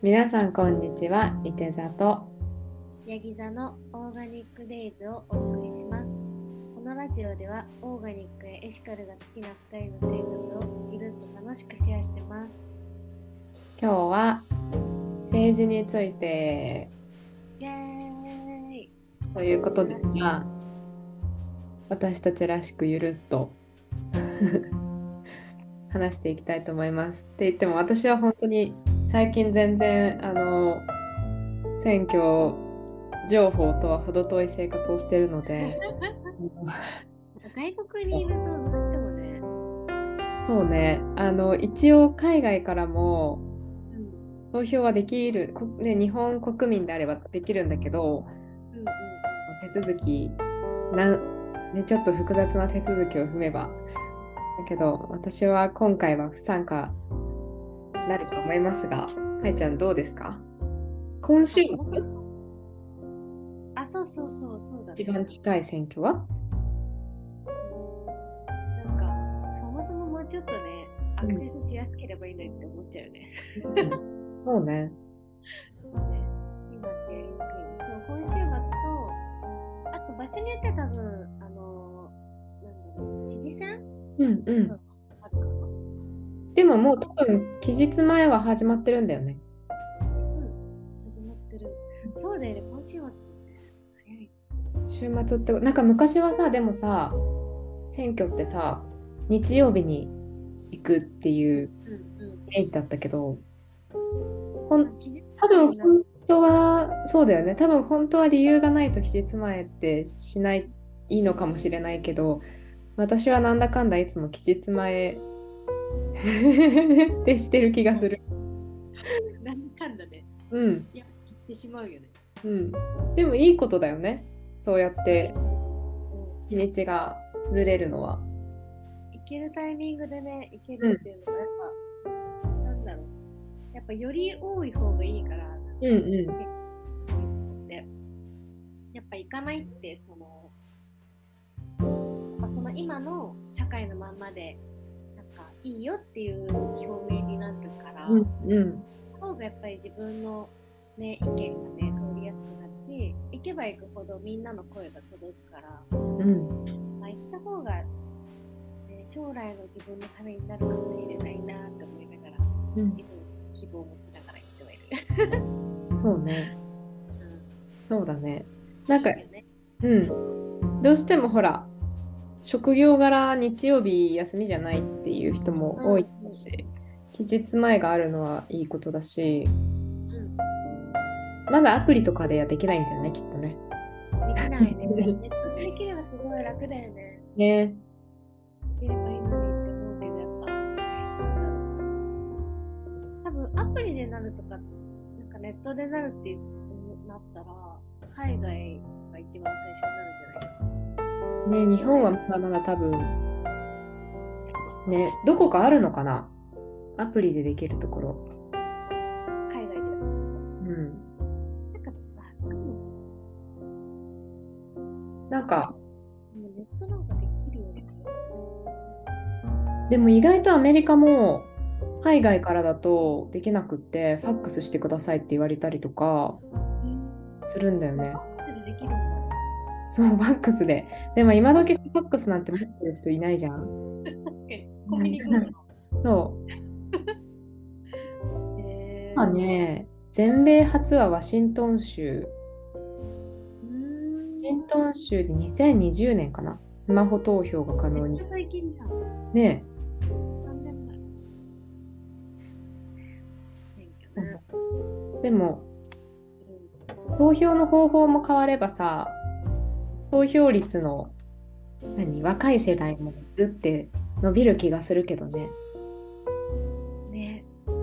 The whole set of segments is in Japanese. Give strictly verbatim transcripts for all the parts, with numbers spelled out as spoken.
皆さんこんにちは、いて座と。 ヤギ座のオーガニックデイズをお送りします。このラジオではオーガニックやエシカルが好きなふたりの生活をゆるっと楽しくシェアしてます。 今日は政治についてイエーイ。 ということです珍しい。 が、私たちらしくゆるっと話していきたいと思います。って言っても私は本当に最近全然あの選挙情報とは程遠い生活をしているので、 外国にいるとどうしてもね、 そうね、あの一応海外からもうん、 投票はできる、こね、日本国民であればできるんだけど、 うんうん手続きなん、ね、ちょっと複雑な手続きを踏めば。だけど、私は今回は不参加になると思いますが、かいちゃんどうですか？今あ、 週そもそ末も、あ、そうそうそう、そうだ一ね。 番近い選挙は？ なんか、そもそももうちょっとね、アクうん、 セスしやすければいいのにって思っちゃうよね。 うん、そうね。 ね、今ってやりにくい。そう、今週末と、あと場所によっては多分、あのーなんだろう、知事選うんうん。 とかあるかな。 でももう多分期日前は始まってるんだよね。 うん、始まってる。そうだよね、今週末だね。早い。 週末って、なんか昔はさ、でもさ、選挙ってさ、日曜日に行くっていううんうん。 イメージだったけど、ほん、 まあ、期日多前になる。 分本当は、そうだよね。多分本当は理由がないと期日前ってしない、いいのかもしれないけど、私はなんだかんだいつも期日前ってしてる気がする。 なんだかんだね。 うん、 いや、言ってしまうよね。 うん。でもいいことだよね。そうやってうん。 日にちがずれるのは。 行けるタイミングでね、行けうん、 るっていうのがやっぱ、なんだろう。やっぱより多い方がいいから、なんか、 うん、うん。 結構で、やっぱ行かないって、その、ぱその今の社会のまんまでなんかいいよっていう表明になるからうん、うん、 その方がやっぱり自分の、ね、意見がね通りやすくなるし行けば行くほどみんなの声が届くから、 うん。 まあ、行った方が、ね、将来の自分のためになるかもしれないなって思いながらうん。 いつも希望を持ちながら言ってはいる。 そうね。 うん、 そうだね。なんか、 いいよね。 うん。どうしてもほら、職業柄日曜日休みじゃないっていう人も多いうんうんし、期日前があるのはいいことだし、 うんまだアプリとかではできないんだよね、きっとね。 できないね。ネットでできればすごい楽だよね。 ね。 できればいいのにって思うけど、やっぱ、なんだろう。多分アプリでなるとか、なんかネットでなるってなったら、海外が一番最初になるんじゃない？ ね、日本はまだまだ多分、ね、どこかあるのかな、アプリでできるところ。 海外で。 うん。 なんか、あ、でもなんか、 ネットなんかできるような気がでも意外とアメリカも海外からだとできなくって、ファックスしてくださいって言われたりとかする。 するんだよえー、 ね。 ファックスでできるんだ。 そう、ファックスで。でも今時ファックスなんて持ってる人いないじゃん。 確かに。コンビニ行くのかうん、そう。 な。へまあえね、全米初はワシントン州。 ー。うワシンーん。 トン州でにせんにじゅうねんかな。スマホ投票が可能に。 めっちゃ最近じゃん。 ねさんねんまえ。選挙ね。 え。でも、 うん投票の方法も変わればさ、投票率の何、若い世代もグって伸びる気がするけどね。 ね、 うん。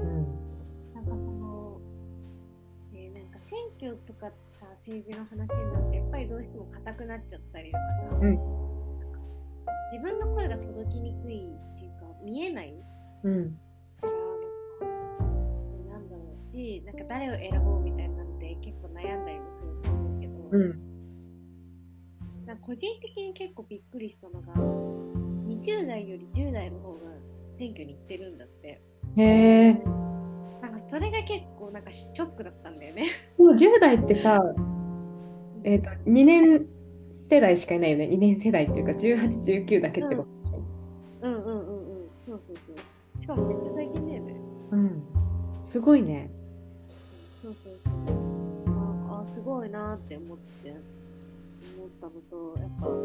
なんかその、ね、なんか選挙とかさ、政治の話になって、やっぱりどうしても硬くなっちゃったりとかさ、 うん。 なんか自分の声が届きにくいっていうか、見えないうん。 から、なんか、なんだろうし、なんか誰を選ぼうみたいなんで結構悩んだりもすると思うけど、 うん。 なんか個人的に結構びっくりしたのが、にじゅう代よりじゅう代の方が選挙に行ってるんだって。 へえ。 なんかそれが結構なんかショックだったんだよね。 もうじゅう代ってさ、えーと、にねん世代しかいないよね。にねん世代っていうか、じゅうはち、じゅうきゅうだけってことでしょ。 うんうんうんうん。そうそうそう。しかもめっちゃ最近だよね。 うん。すごいね。 そうそうそう。ああ、すごいなって思って、思ったのと、やっぱ、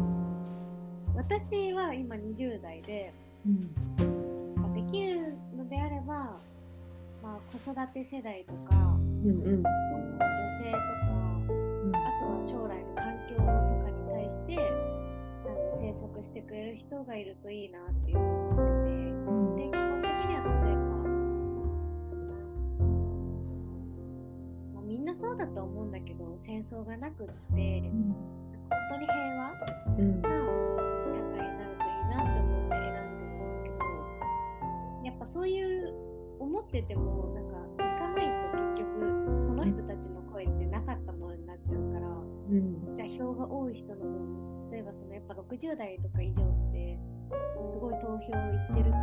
私は今にじゅう代で、 うん。 できるのであれば、まあ、子育て世代とか、 うんうん。 女性とか、 うんあとは将来の環境とかに対して、なんか生息してくれる人がいるといいなっていう思ってて、で、基本的に私はやっぱ、まあ、みんなそうだと思うんだけど、戦争がなくって、 うん本当に平和うんな社会になるといいなって思って選んでるんだけど、やっぱそういう思っててもなんか行かないと結局その人たちの声ってなかったものになっちゃうから、 うん。 じゃあ票が多い人の分、例えばそのやっぱろくじゅう代とか以上ってすごい投票行ってるから、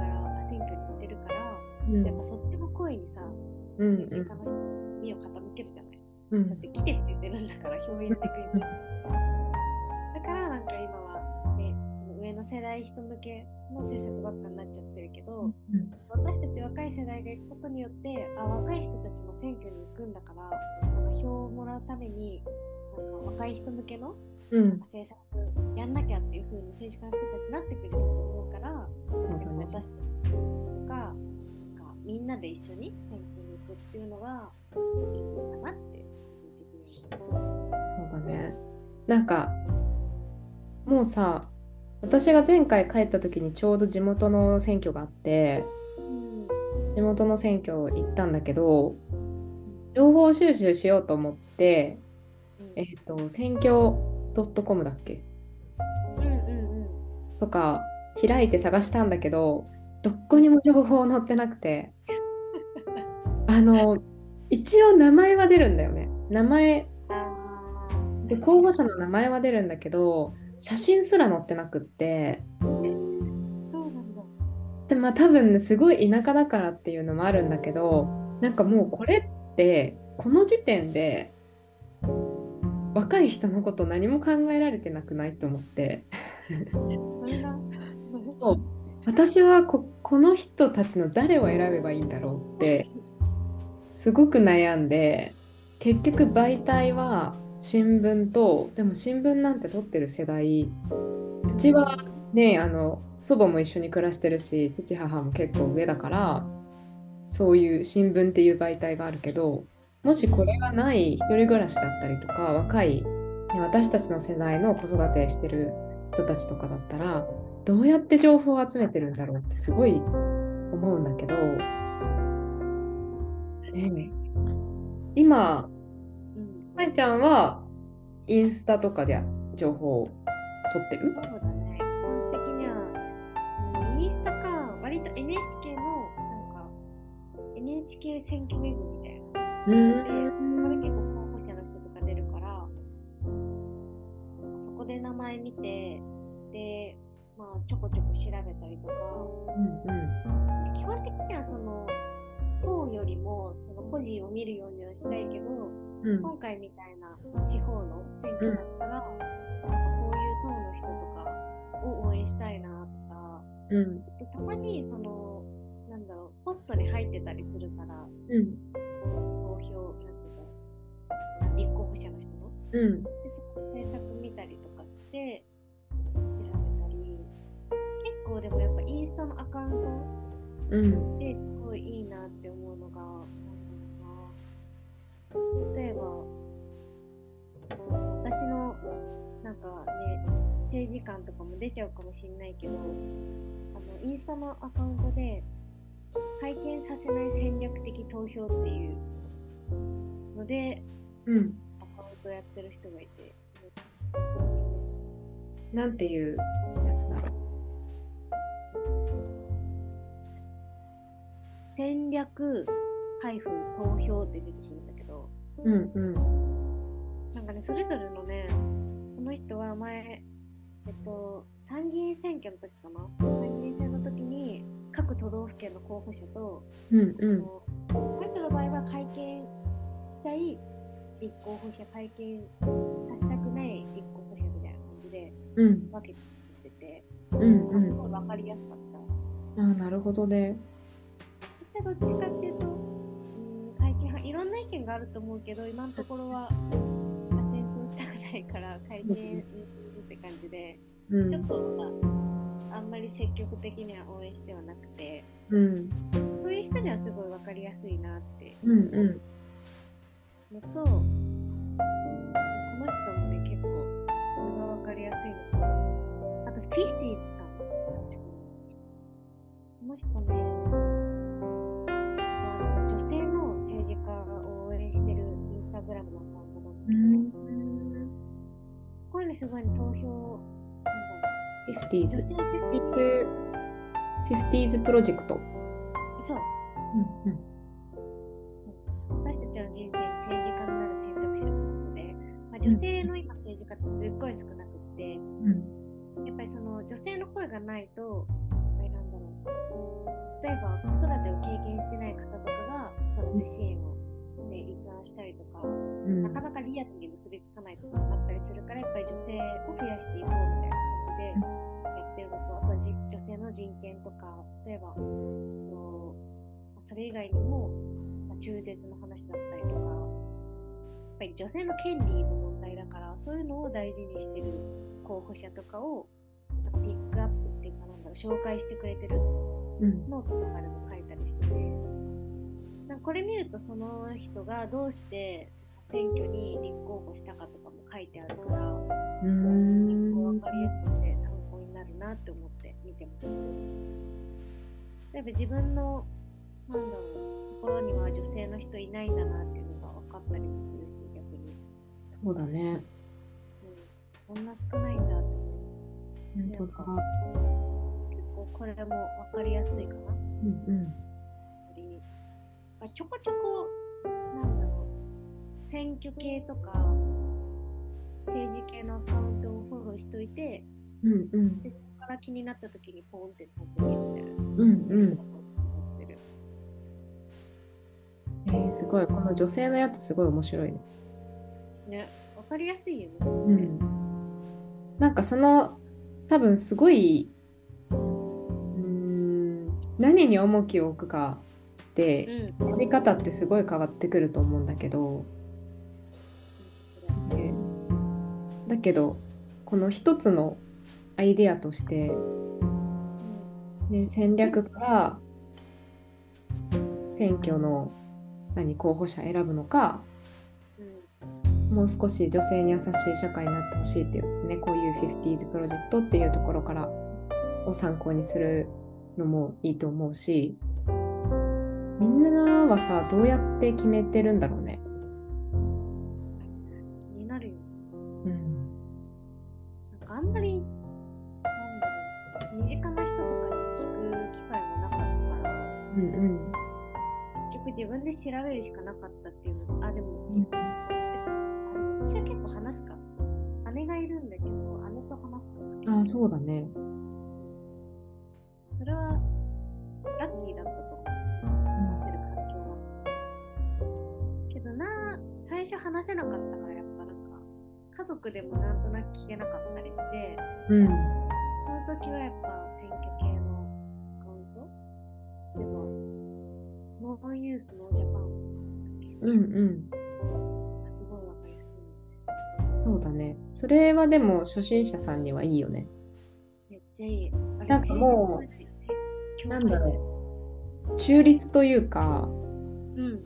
選挙に行ってるから、 うんやっぱそっちの声にさ、 うん政治家の人に耳を傾けるじゃない。 うんだって来てって言ってるんだから票入れてくれてる。だからなんか今はね、上の世代人向けの政策ばっかになっちゃってるけど、私たち若い世代が行くことによって、あ、若い人たちも選挙に行くんだから、なんか票をもらうために、なんか若い人向けのうん政策やんなきゃっていう風に政治家の人たちになってくれると思うから、 そうだね。 私たちとか、なんかみんなで一緒に選挙に行くっていうのがいいのかなって個人的に思う。 そうだね。なんかもうさ、私が前回帰った時にちょうど地元の選挙があって、 うん地元の選挙行ったんだけど、情報収集しようと思って、えっと、選挙 .com だっけうんうんうん。 とか開いて探したんだけど、どこにも情報載ってなくて、あの、一応名前は出るんだよね。名前あで、候補者の名前は出るんだけど、写真すら載ってなくって、 ーそうなんだ。 で、まあ多分ね、すごい田舎だからっていうのもあるんだけど、なんかもうこれって、この時点で若い人のこと何も考えられてなくないと思って、 それがそう私はこ、この人たちの誰を選べばいいんだろうって、すごく悩んで、結局媒体は新聞と、でも新聞なんて撮ってる世代、うちはね、あの、祖母も一緒に暮らしてるし、父母も結構上だから、そういう新聞っていう媒体があるけど、もしこれがない一人暮らしだったりとか、若い、ね、私たちの世代の子育てしてる人たちとかだったら、どうやって情報を集めてるんだろうってすごい思うんだけど、ね、今、 うん、 まいちゃんはインスタとかで情報を取ってる？ そうだね。基本的には、うん、インスタか、割と エヌエイチケー の、なんか、エヌエイチケー 選挙ウェブみたいな。 うで、これん。 結構候補者の人とか出るから、そこで名前見て、で、まあ、ちょこちょこ調べたりとか、 うんうん基本的にはその、党よりもその個人を見るようにはしたいけど、 うん今回みたいな地方の選挙だったら、なんかこういう党の人とかを応援したいなとか、 うんでたまにその、なんだろう、ポストに入ってたりするから、 うん投票、なんていうか、立候補者の人の。 うんで、その政策見たりとかして、調べたり、結構でもやっぱインスタのアカウント、 うんですごいいいなって思うのが、例えば私のなんかね、政治観とかも出ちゃうかもしれないけど、あのインスタのアカウントで体験させない戦略的投票っていうのでうんアカウントやってる人がいて、 なんていうやつだろう。 戦略投票って出てくるんだけど、 うんうんなんかね、それぞれのね、この人は前、えっと、参議院選挙の時かな、参議院選の時に各都道府県の候補者と、 うんうんあのこの人の場合は会見したい立候補者、会見させたくない立候補者みたいな感じでうん分けてて、 うんうすん。 ごい分かりやすかった。 ああ、なるほどね。 私はどっちかっていうと、うん、会見派、いろんな意見があると思うけど、今のところは戦争したくないから会見にするって感じで、 うんちょっと、まあ、あんまり積極的には応援してはなくて、 うんそういう人にはすごい分かりやすいなってうんうんのと、この人もね、結構図が分かりやすいのと、あと、フィフティーズさん。この人ね、女性の政治家を応援してるインスタグラムのアカウントなんだうけど、 ん。 こういうのすごいね、投票、なんだろう、女フィフティーズ。 性フィフ的ティーズプロジェクト。 そう、 うんうん私たちの人生に政治家になる選択肢を持つので、まあ、女性の今政治家ってすっごい少なくって、 うんやっぱりその女性の声がないと、あれなんだろう、例えば子育てを経験してない方とかが子育て支援を、ね、立案したりとか、 うんなかなかリアルに結びつかないところがあったりするから、やっぱり女性を増やしていこうみたいな感じでやってるのと、あとはじ女性の人権とか、例えばあのそれ以外にも、まあ、中絶の話だったりとか、やっぱり女性の権利の問題だから、そういうのを大事にしてる候補者とかをなんかピックアップっていうか、なんだろう、紹介してくれてるうんノートとかでも書いたりしてて、なんかこれ見るとその人がどうして選挙に立候補したかとかも書いてあるから、 うーん分かりやすくて参考になるなって思って見てます。例えば自分のなんだろう、ところには女性の人いないんだなっていうのが分かったりもするし、逆に、 そうだね。 うん、こんな少ないんだって思う。 本当だ。 結構これも分かりやすいかな。 うんうんちょこちょこなんだろう、選挙系とか政治系のアカウントをフォローしといて、 うんうんでそこから気になった時にポンって飛んでみるみたいな。 うんうん。 してる。 えー、すごい。この女性のやつすごい面白いね。 ね、わかりやすいよね。そして、 うん。なんかその多分すごい、うーん、何に重きを置くかで、 うん、 やり方ってすごい変わってくると思うんだけど、でだけどこの一つのアイデアとして、ね、戦略から選挙の何候補者選ぶのか、 うん、 もう少し女性に優しい社会になってほしいっていうね、こういうフィフティーズプロジェクトっていうところからを参考にするのもいいと思うし、みんなはさ、どうやって決めてるんだろうね。 気になるよ。 うん。 なんかあんまり、なんだろう、身近な人とかに聞く機会もなかったから、 うんうん。 結局自分で調べるしかなかったっていうの。あ、でも、 うん、 あ私は結構話すか。姉がいるんだけど、姉と話すか。 ああ、そうだね。 それはラッキーだったと思う。話せる環境は。けどな、最初話せなかったから、やっぱなんか、家族でもなんとなく聞けなかったりして、 うん。 その時はやっぱ選挙系のアカウントでも、ノーユースノージャパンだっけ、 うんうん。 すごいわかりやすい。 そうだね。それはでも初心者さんにはいいよね。 めっちゃいい。あれなんかもう、 ね、 なんだろう。中立というか、 うんうん。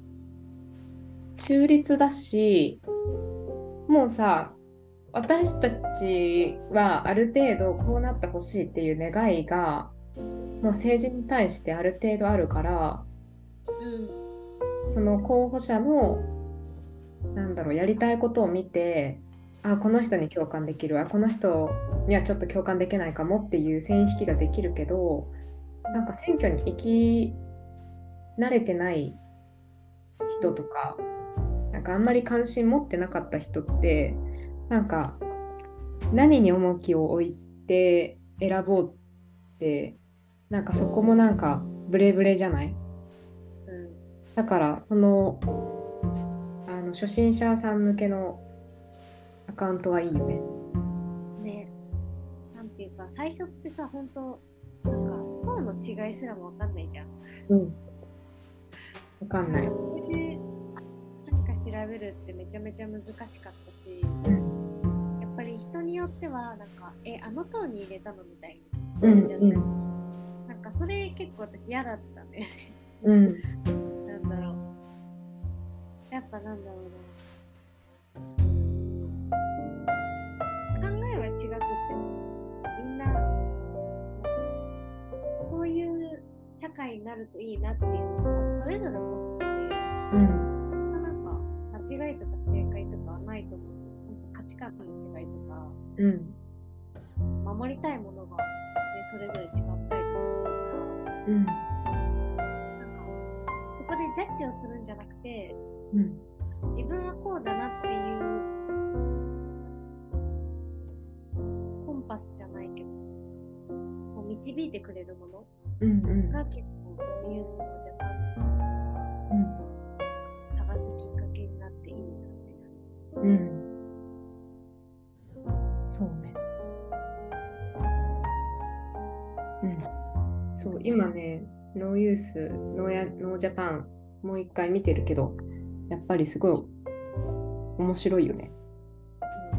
中立だし、もうさ、私たちはある程度こうなってほしいっていう願いが、もう政治に対してある程度あるから、 うん、 その候補者の、なんだろう、やりたいことを見て、あ、この人に共感できる、あ、この人にはちょっと共感できないかもっていう線引きができるけど、なんか選挙に行き慣れてない人とか、なんかあんまり関心持ってなかった人って、なんか何に重きを置いて選ぼうって、なんかそこもなんかブレブレじゃない？ うん。 だからその、あの初心者さん向けのアカウントはいいよね。 ね、なんていうか、最初ってさ、本当なんか、方の違いすらもわかんないじゃん。 うん。わかんない。 それで何か調べるってめちゃめちゃ難しかったし、 うん。 やっぱり人によっては、なんか、え、あの塔に入れたのみたいにうん。 言っちゃったり、 うん。 なんかそれ結構私嫌だったね。 うん。 なんだろう。やっぱなんだろうな。考えは違くっても、みんな、なんか、こういう社会になるといいなっていうのをそれぞれ持ってて、 うん。 なんか間違いとか正解とかはないと思う。なんか価値観の違いとか、 うん。 守りたいものが、ね、それぞれ違ったりとかするから、 うん。 なんかそこでジャッジをするんじゃなくて、 うん。 自分はこうだなっていうコンパスじゃないけど、こう導いてくれるものうん。うん。 が結構ニュースとかでうん。 探すきっかけになっていいなって。 うん。そうね。うん。そう、今ね、ノーユース、ノーや、ノージャパン、もう一回見てるけど、やっぱりすごい面白いよね。 うん、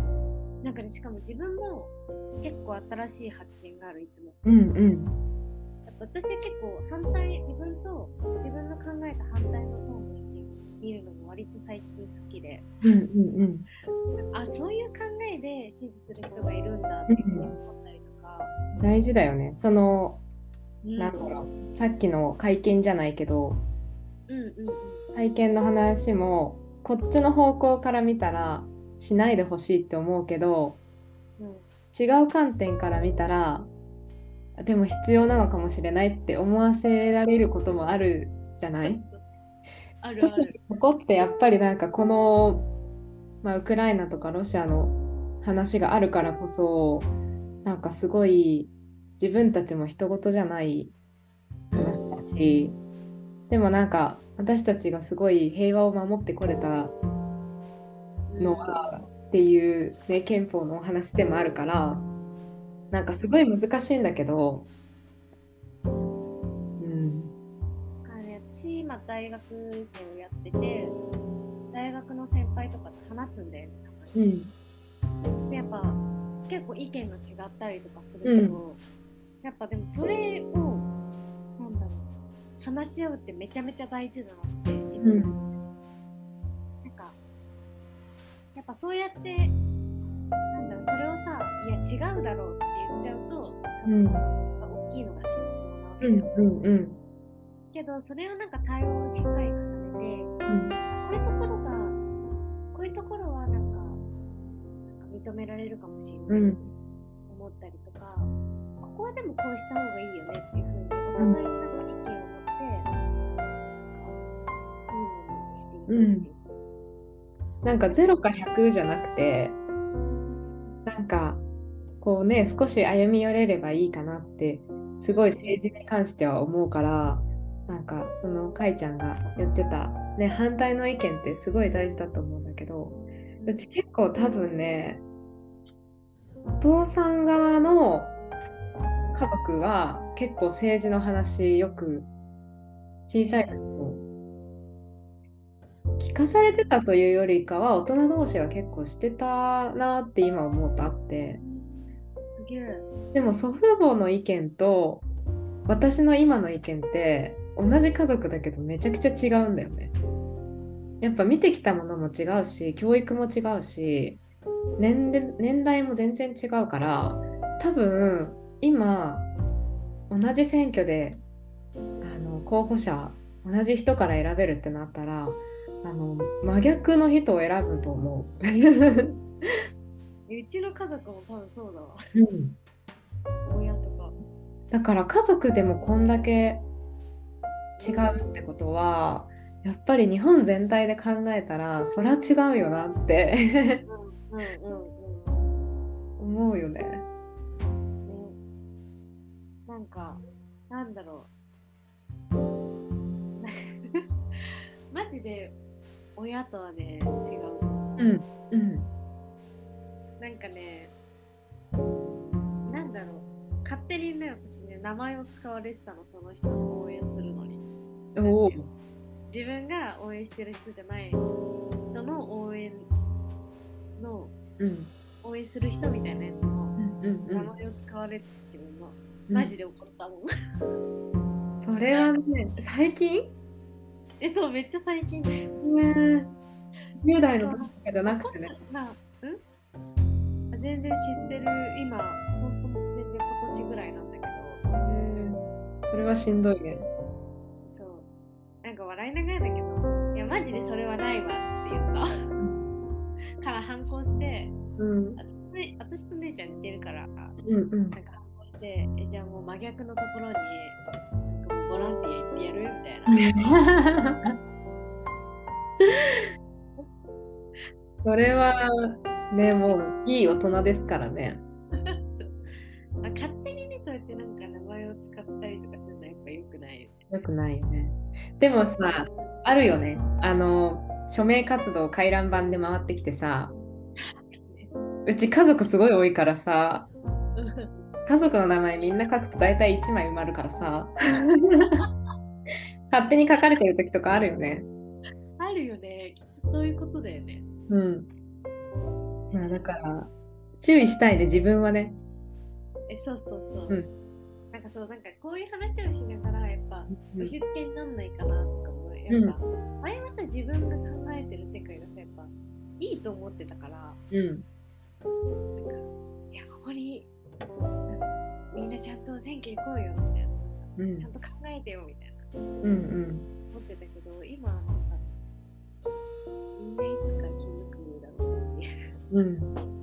なんかね、しかも自分も結構新しい発見がある、いつも。 うん。うん。 やっぱ私は結構反対、自分と自分の考えた反対の方の意見を見るのも割と最近好きで、 うん。うん。 あ、そういう考えで支持する人がいるんだっうていうふうにん。 思ったりとか、 大事だよね。その、 うん、 なんだろう、さっきの会見じゃないけど、 うんうんうん会見の話も、こっちの方向から見たら、しないでほしいって思うけど、 うん、 違う観点から見たら、でも必要なのかもしれないって思わせられることもあるじゃない。 あるある。 特にここってやっぱりなんかこの、まあ、ウクライナとかロシアの話があるからこそ、なんかすごい自分たちも人事じゃない話だし、でもなんか私たちがすごい平和を守ってこれたのうん、 はっていう、ね、憲法のお話でもあるから、なんかすごい難しいんだけど、うん、 あのね、私今大学生をやってて、大学の先輩とかと話すんだよね、たまうん、 に。で、やっぱ結構意見が違ったりとかするうん、 けど、やっぱでもそれを、なんだろう、話し合うってめちゃめちゃ大事だなっていつも。 うん、 なんか、やっぱそうやって、なんだろう、それをさ、いや違うだろうって言っちゃうと、多分なんうん、 かそこが大きいのが戦争なわうん、 けじゃん。 うん、うん、 けど、それをなんか対応をしっかり重ねて、 うん、 こういうところが、こういうところはなんか、なんか認められるかもしれないってうん、 思ったりとか、ここはでもこうした方がいいよねっていうふうに、おうん、 互いになんか意見を持って、なんかいいものにしていうん。 くっていう。 なんかゼロかひゃくじゃなくて、 そうそう。 なんかこうね、少し歩み寄れればいいかなって、すごいうんうん政治に関しては思うから、なんかそのかいちゃんが言ってた、ね、反対の意見ってすごい大事だと思うんだけど、うち結構多分ね、お父さん側の家族は結構政治の話よく小さい時も聞かされてたというよりかは大人同士は結構してたなって今思うとあって、 すげえ。 でも祖父母の意見と私の今の意見って同じ家族だけどめちゃくちゃ違うんだよね。やっぱ見てきたものも違うし、教育も違うし、年齢、年代も全然違うから、多分今同じ選挙であの候補者同じ人から選べるってなったら、あの真逆の人を選ぶと思う。 うちの家族も多分そうだわ。 うん、 親とか。 だから家族でもこんだけ違うってことは、やっぱり日本全体で考えたら、そりゃ違うよなってうんうんうん思うよね。 うん。ね、なんか、なんだろう。 ジで親とはね、違う。 うんうんなんかね、なんだろう、勝手にね、私ね、名前を使われてたの、その人を応援するのに。 おお自分が応援してる人じゃない人の応援の、 うん応援する人みたいなやつのうんうん名前を使われて自分の、 うんマジで怒ったもん。 それはね最近え、そう、めっちゃ最近で。 ねじゅう代の時とかじゃなくてね。 まあ、うん全然知ってる、今、本当全然今年ぐらいなんだけど、 うんそれはしんどいね。 そう、なんか笑いながらだけど、いや、マジでそれはないわっつって言ったから反抗して、 うん私私と姉ちゃん似てるから、 うんうんなんか反抗して、えじゃあもう真逆のところに、なんかもうボランティア行ってやるみたいな。 それはね、もういい大人ですからね。 まあ、勝手にね、そうやってなんか名前を使ったりとかするのはやっぱ良くないよね。 よくないよね。でもさ、あるよね。あの、署名活動回覧板で回ってきてさ、うち家族すごい多いからさ、家族の名前みんな書くと大体いちまい埋まるからさ、勝手に書かれてる時とかあるよね。 あるよね。きっとそういうことだよね。 うん。まあだから、注意したいね、自分はね。 え、そうそうそう。 うんなんかそう、なんかこういう話をしながら、やっぱ、 うん押し付けになんないかなとかも、やっぱ、前はさ、自分が考えてる世界がさ、やっぱ、いいと思ってたから、 うん。 なんか、いや、ここに、なんかみんなちゃんと選挙行こうよ、みたいな。 うんちゃんと考えてよ、みたいな。 うんうん思ってたけど、今はなんか、みんないつか気づくだろうし、 うん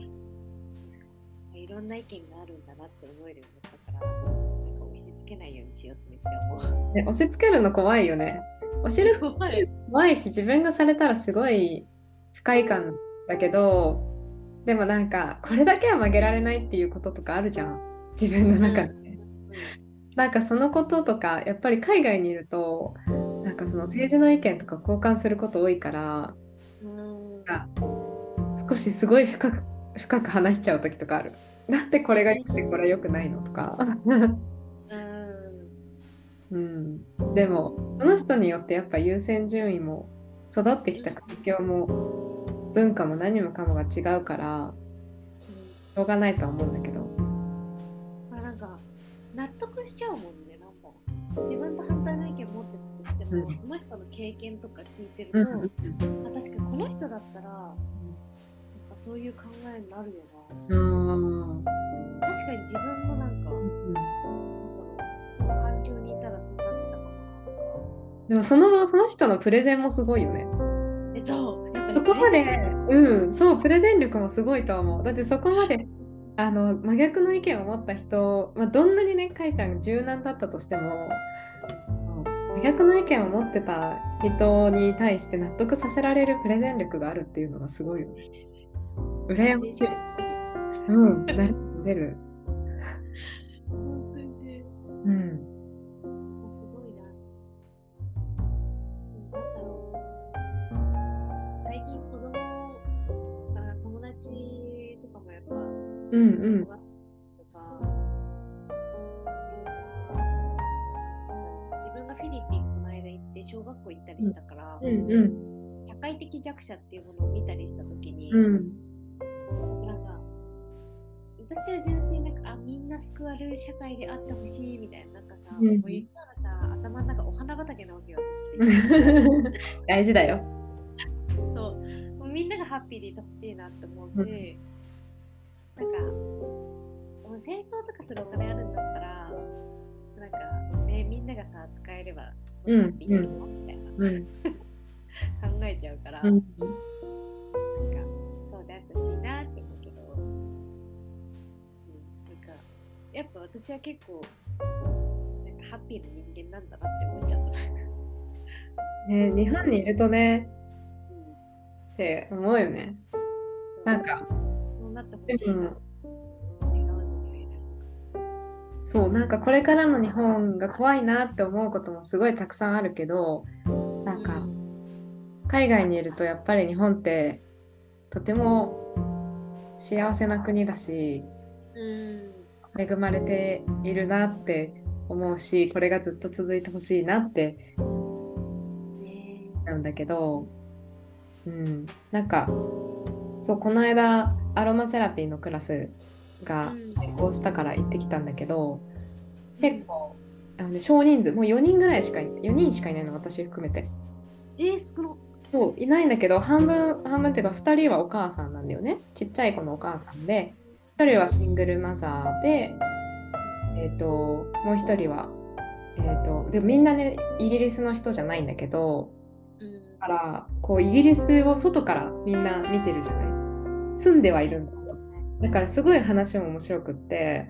いろんな意見があるんだなって思えるようになったから、なんか押し付けないようにしようってめっちゃ思う。 ね、押し付けるの怖いよね。押しる怖い。 怖いし、自分がされたらすごい不快感だけど、でもなんか、これだけは曲げられないっていうこととかあるじゃん。自分の中で。なんかそのこととか、やっぱり海外にいると、なんかその政治の意見とか交換すること多いから、 うん。 なんか少しすごい深く、深く話しちゃう時とかある。だってこれが良くてこれは良くないのとか。うん、でも、その人によってやっぱ優先順位も育ってきた環境も文化も何もかもが違うからしょうがないとは思うんだけど。 まあなんか納得しちゃうもんね。なんか自分と反対の意見持ってたとしても、 うんこの人の経験とか聞いてると、 うんうんあ確かにこの人だったらなんかそういう考えになるようんな。確かに自分もなんか、 うんなんだろう、その環境にいたらそうなってたかもなとか。 でもその、その人のプレゼンもすごいよね。 え、そう、やっぱりそこまで、 プレゼンうん、そう、プレゼン力もすごいと思う。だってそこまであの真逆の意見を持った人、まあ、どんなにね、かいちゃんが柔軟だったとしても、真逆の意見を持ってた人に対して納得させられるプレゼン力があるっていうのがすごいよね。羨ましい。うん、なれる、なれる。 本当にね、 うん。 すごいな。なんだろう。最近子供あ友達とかもやっぱ、 うんうん。 とか自分がフィリピンこの間行って小学校行ったりしたから、 うんうん。 社会的弱者っていうものを見たりしたときに、 うん。 なんか私は純粋になんかあみんな救われる社会であってほしいみたいな、なんかさ、 うんもう言ったらさ頭の中お花畑なわけよ私って。 大事だよ。 そうもうみんながハッピーでいてほしいなって思うし、うん、なんかもう戦争とかするお金あるんだったらなんか、ね、みんながさ使えればハッピーになるのみたいな、うん、考えちゃうから、うん、なんかそうであってほしいなって思うけど、うん、なんかやっぱ私は結構なんかハッピーな人間なんだなって思っちゃった。 ね、日本にいるとね、うん、って思うよね。なんかそうなってほしいな。 そう、なんかこれからの日本が怖いなって思うこともすごいたくさんあるけど、なんか海外にいるとやっぱり日本ってとても幸せな国だし、 うん。 恵まれているなって思うし、これがずっと続いてほしいなってねなんだけど、うん、なんかそう、この間アロマセラピーのクラスがうん。 開講したから行ってきたんだけど、 うん。 結構あの、ね、少人数、もうよにんぐらいしかい、よにんしかいないの、私含めて。 えー、少な。 そう、いないんだけど、半分、半分っていうか、ふたりはお母さんなんだよね。ちっちゃい子のお母さんで、ひとりはシングルマザーで、えっと、もうひとりは、えっと、でもみんなね、イギリスの人じゃないんだけど、 うん。 だから、こう、イギリスを外からみんな見てるじゃない。住んではいはい。 るんだけど。だから、すごい話も面白くって、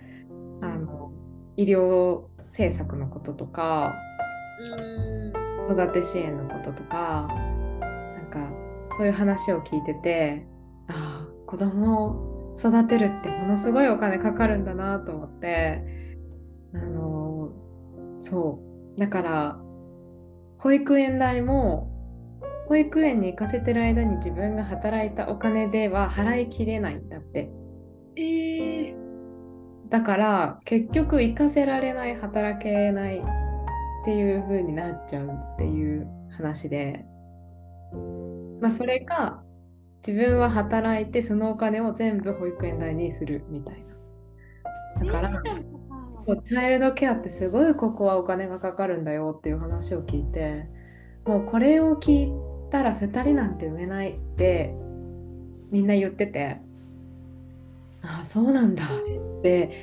うん。 あの、医療政策のこととか、 うん。 子育て支援のこととか、なんかそういう話を聞いてて、ああ、子供を育てるってものすごいお金かかるんだなと思って、あのーそう。だから、保育園代も、保育園に行かせてる間に自分が働いたお金では払いきれないんだって。 えー、 だから、結局行かせられない、働けないっていう風になっちゃうっていう話で、まあ、そそうです。 れか、自分は働いてそのお金を全部保育園代にするみたいな。だから、 えー、でもさ、 そうチャイルドケアってすごいここはお金がかかるんだよっていう話を聞いて、もうこれを聞いたらふたりなんて産めないってみんな言ってて、ああ、そうなんだって。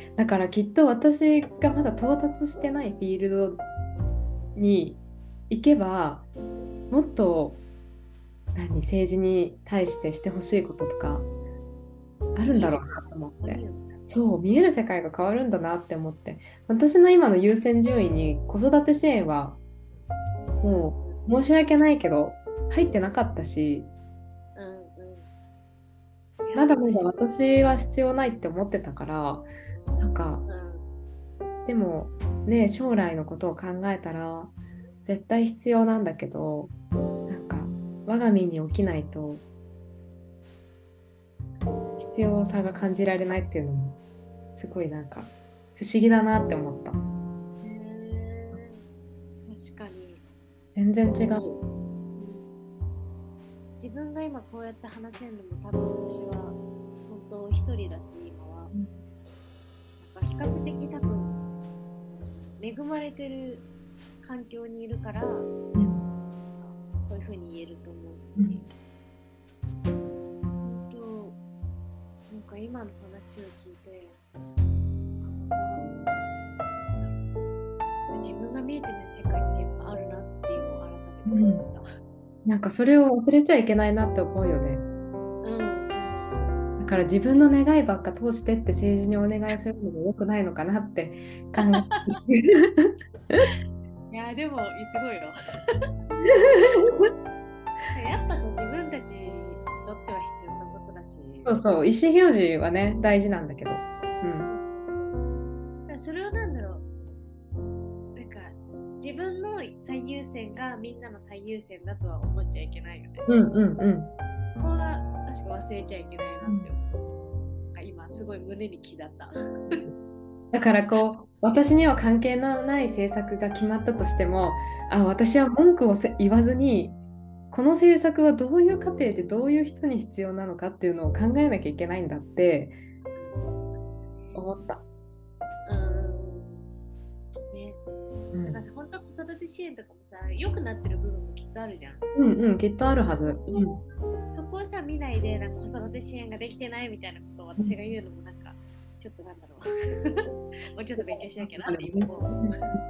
だからきっと私がまだ到達してないフィールドに行けば、もっと何、政治に対してしてほしいこととかあるんだろうな見える世界と思って。 が変わるよね。だって。 そう、見える世界が変わるんだなって思って。私の今の優先順位に子育て支援はもう申し訳ないけど入ってなかったし、 うんうん。いや、 まだまだ私も、 私は必要ないって思ってたから、なんか、 うん。 でもね、将来のことを考えたら絶対必要なんだけど、なんか我が身に起きないと必要さが感じられないっていうのもすごいなんか不思議だなって思った。 へー、確かに。 全然違う。 うん自分が今こうやって話せるのも多分私は本当一人だし今はなんか比較的多分恵まれてる環境にいるからこういうふうに言えると思うし本当なんか今の話を聞いて自分が見えてない世界ってやっぱあるなっていうのを改めてうん、 思った。 なんかそれを忘れちゃいけないなって思うよね。 うんうんだから自分の願いばっか通してって政治にお願いするのも良くないのかなって考えて。 いやでも言ってこいよ。やっぱさ自分たちにとっては必要なことだし、 そうそう、意思表示はね、大事なんだけど。うん。 そうそうだからそれをなんだろう、なんか自分の最優先がみんなの最優先だとは思っちゃいけないよね。 うんうんうん。 ここは確か忘れちゃいけないなって思う。なんか今すごい胸に気だった。 だからこう、私には関係のない政策が決まったとしても、あ、私は文句をせ言わずに、この政策はどういう過程でどういう人に必要なのかっていうのを考えなきゃいけないんだって思った。 うん。ね。だからうん、 さ本当子育て支援とかもさ、良くなってる部分もきっとあるじゃん。 うんうん、きっとあるはず。うそこん。 そこをさ、見ないで、なんか子育て支援ができてないみたいなことを私が言うのも、なんか、ちょっとなんだろう。もうちょっと勉強しなきゃなって今思う。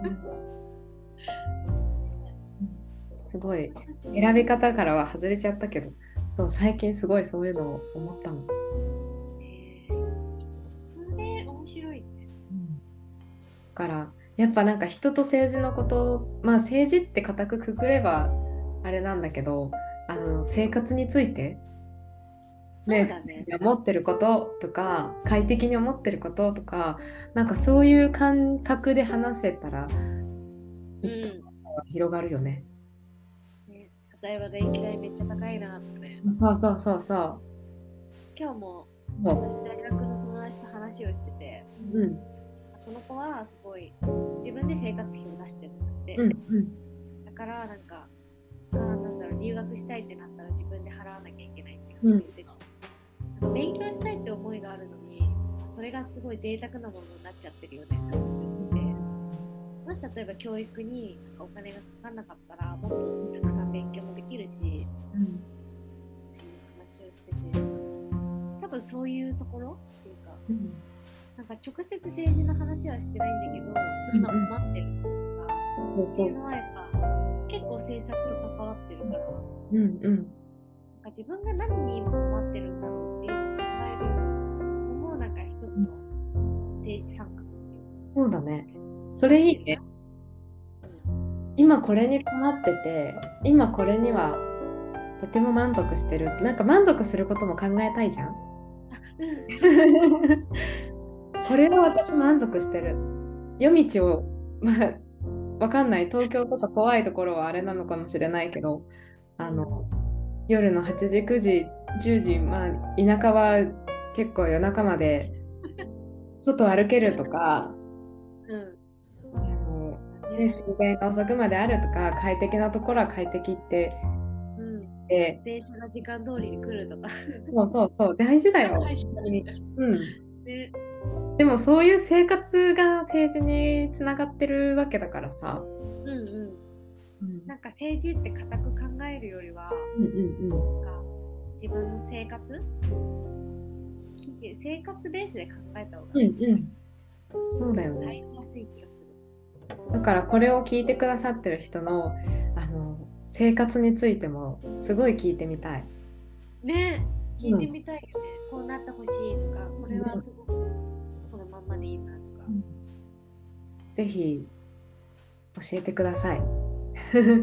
すごい選び方からは外れちゃったけど、そう、最近すごいそういうのを思ったの。 えー、それ面白いね。 うんだからやっぱなんか人と政治のことまあ政治って固くくくればあれなんだけど、あの生活についてね、 そうだね。 思ってることとか快適に思ってることとか、なんかそういう感覚で話せたらきっとうん。 広がるよね。 ね、 例えば電気代めっちゃ高いなとかね。 そうそうそうそ今日もう。そ私大学の友達と話をしてて、 う。うん。 その子はすごい自分で生活費を出してるんだって、 うんうんだからなんか、あなんだろう、留学したいってなったら自分で払わなきゃいけないって言ってた、なんか勉強したいって思いがあるのに、それがすごい贅沢なものになっちゃってるよねって話をしてて、もし例えば教育になんかお金がかかんなかったらもっとたくさん勉強もできるし、 うんっていう話をしてて、多分そういうところっていうか、 うんなんか直接政治の話はしてないんだけど、今困ってることとかそうそうっていうのはやっぱ結構政策と関わってるから、 うんうんなんか自分が何に今困ってるんだろうっていうのを考えるのもなんか一つの政治参画っていうそうだね。それいいね。今これに困ってて、今これにはとても満足してる。なんか満足することも考えたいじゃん。 あ、うん、 これは私満足してる。夜道を、まあ、わかんない。東京とか怖いところはあれなのかもしれないけど、あの、夜のはちじ、くじ、じゅうじ、まあ、田舎は結構夜中まで外歩けるとか、 うん、 あの、ね、終電が遅くまであるとか、快適なところは快適ってうん、 で、 電車が時間通りに来るとか。 そうそうそう、大事だよ。 大事本当に。うん。 ね、 でもそういう生活が政治につながってるわけだからさ。 うんうん。 うんなんか政治って固く考えるよりは、 うんうんなんか自分の生活生活ベースで考えた方がうんうんうん。そうだよ入ね。 りやすい気がする。 だからこれを聞いてくださってる人の、あの生活についてもすごい聞いてみたい。 ね、聞いてうんみたいよね。こうなってほしいとか、これはすごくこのまんまでいいなとか。 ぜひ教えてください。 ぜひ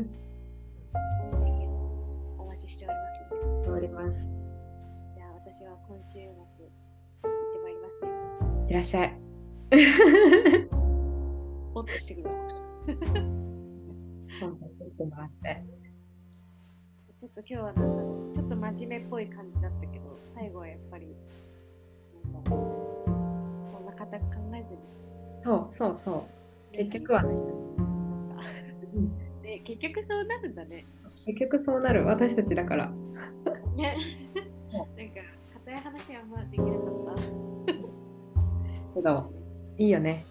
お待ちしておりますので。 しております。 じゃあ私は今週末行ってまいりますね。 いってらっしゃい。 もっとしてくるわ。 本当してきてもらって。 ちょっと今日はなんだろう、ちょっと真面目っぽい感じだったけど、最後はやっぱりなんだろう、こんな固く考えずに。 そうそうそう。結局はね。 ね、結局そうなるんだね。 結局そうなる。私たちだから。 ね。なんか硬い話はあんまできなかった。 けど、いいよね。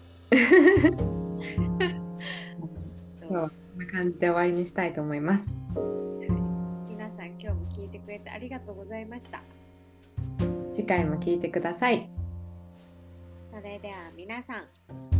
今日はこんな感じで終わりにしたいと思います。 皆さん今日も聞いてくれてありがとうございました。 次回も聞いてください。 それでは皆さん。